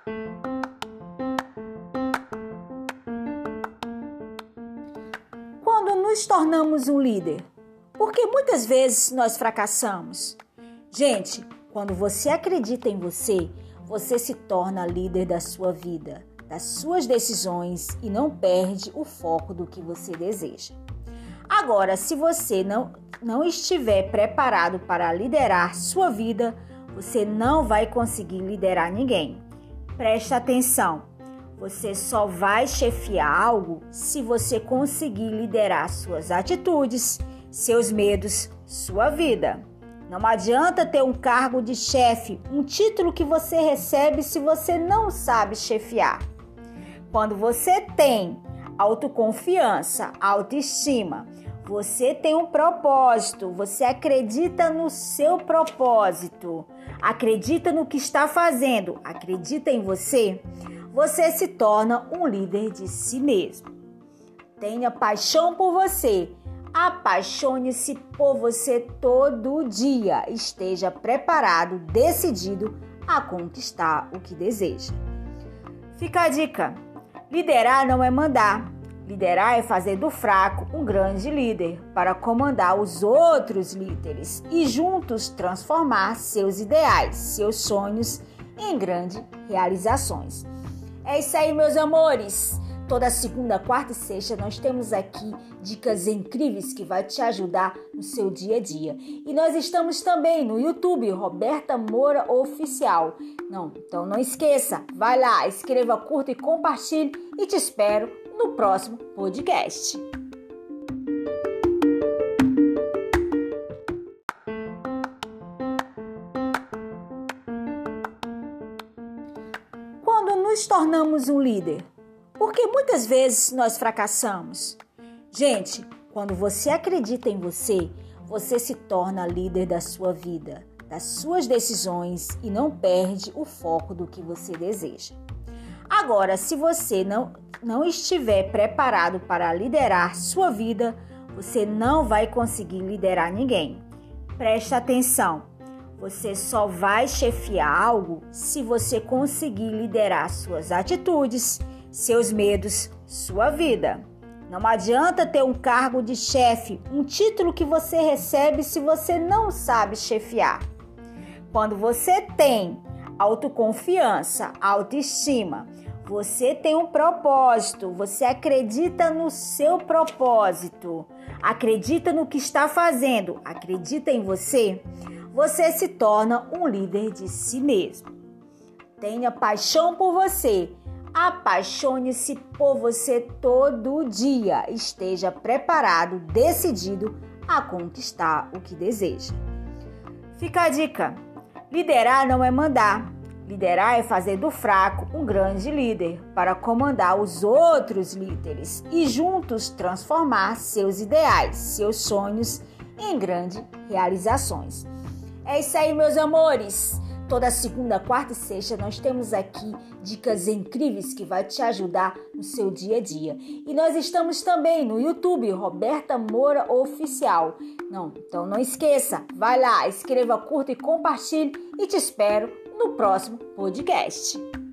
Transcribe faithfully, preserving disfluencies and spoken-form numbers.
Quando nos tornamos um líder? Porque muitas vezes nós fracassamos. Gente, quando você acredita em você, você se torna líder da sua vida, das suas decisões e não perde o foco do que você deseja. Agora, se você não, não estiver preparado para liderar sua vida, você não vai conseguir liderar ninguém. Preste atenção, você só vai chefiar algo se você conseguir liderar suas atitudes, seus medos, sua vida. Não adianta ter um cargo de chefe, um título que você recebe se você não sabe chefiar. Quando você tem autoconfiança, autoestima, você tem um propósito, você acredita no seu propósito, acredita no que está fazendo, acredita em você, você se torna um líder de si mesmo. Tenha paixão por você, apaixone-se por você todo dia, esteja preparado, decidido a conquistar o que deseja. Fica a dica, liderar não é mandar. Liderar é fazer do fraco um grande líder para comandar os outros líderes e juntos transformar seus ideais, seus sonhos em grandes realizações. É isso aí, meus amores! Toda segunda, quarta e sexta nós temos aqui dicas incríveis que vai te ajudar no seu dia a dia. E nós estamos também no YouTube, Roberta Moura Oficial. Não, então não esqueça, vai lá, escreva, curta e compartilhe e te espero no próximo podcast. Quando nos tornamos um líder? Porque muitas vezes nós fracassamos. Gente, quando você acredita em você, você se torna líder da sua vida, das suas decisões e não perde o foco do que você deseja. Agora, se você não, não estiver preparado para liderar sua vida, você não vai conseguir liderar ninguém. Preste atenção, você só vai chefiar algo se você conseguir liderar suas atitudes, seus medos, sua vida. Não adianta ter um cargo de chefe, um título que você recebe se você não sabe chefiar. Quando você tem autoconfiança, autoestima, você tem um propósito, você acredita no seu propósito, acredita no que está fazendo, acredita em você, você se torna um líder de si mesmo. Tenha paixão por você, apaixone-se por você todo dia, esteja preparado, decidido a conquistar o que deseja. Fica a dica, liderar não é mandar. Liderar é fazer do fraco um grande líder para comandar os outros líderes e juntos transformar seus ideais, seus sonhos em grandes realizações. É isso aí, meus amores! Toda segunda, quarta e sexta nós temos aqui dicas incríveis que vai te ajudar no seu dia a dia. E nós estamos também no YouTube, Roberta Moura Oficial. Não, então não esqueça, vai lá, escreva, curta e compartilhe e te espero no próximo podcast.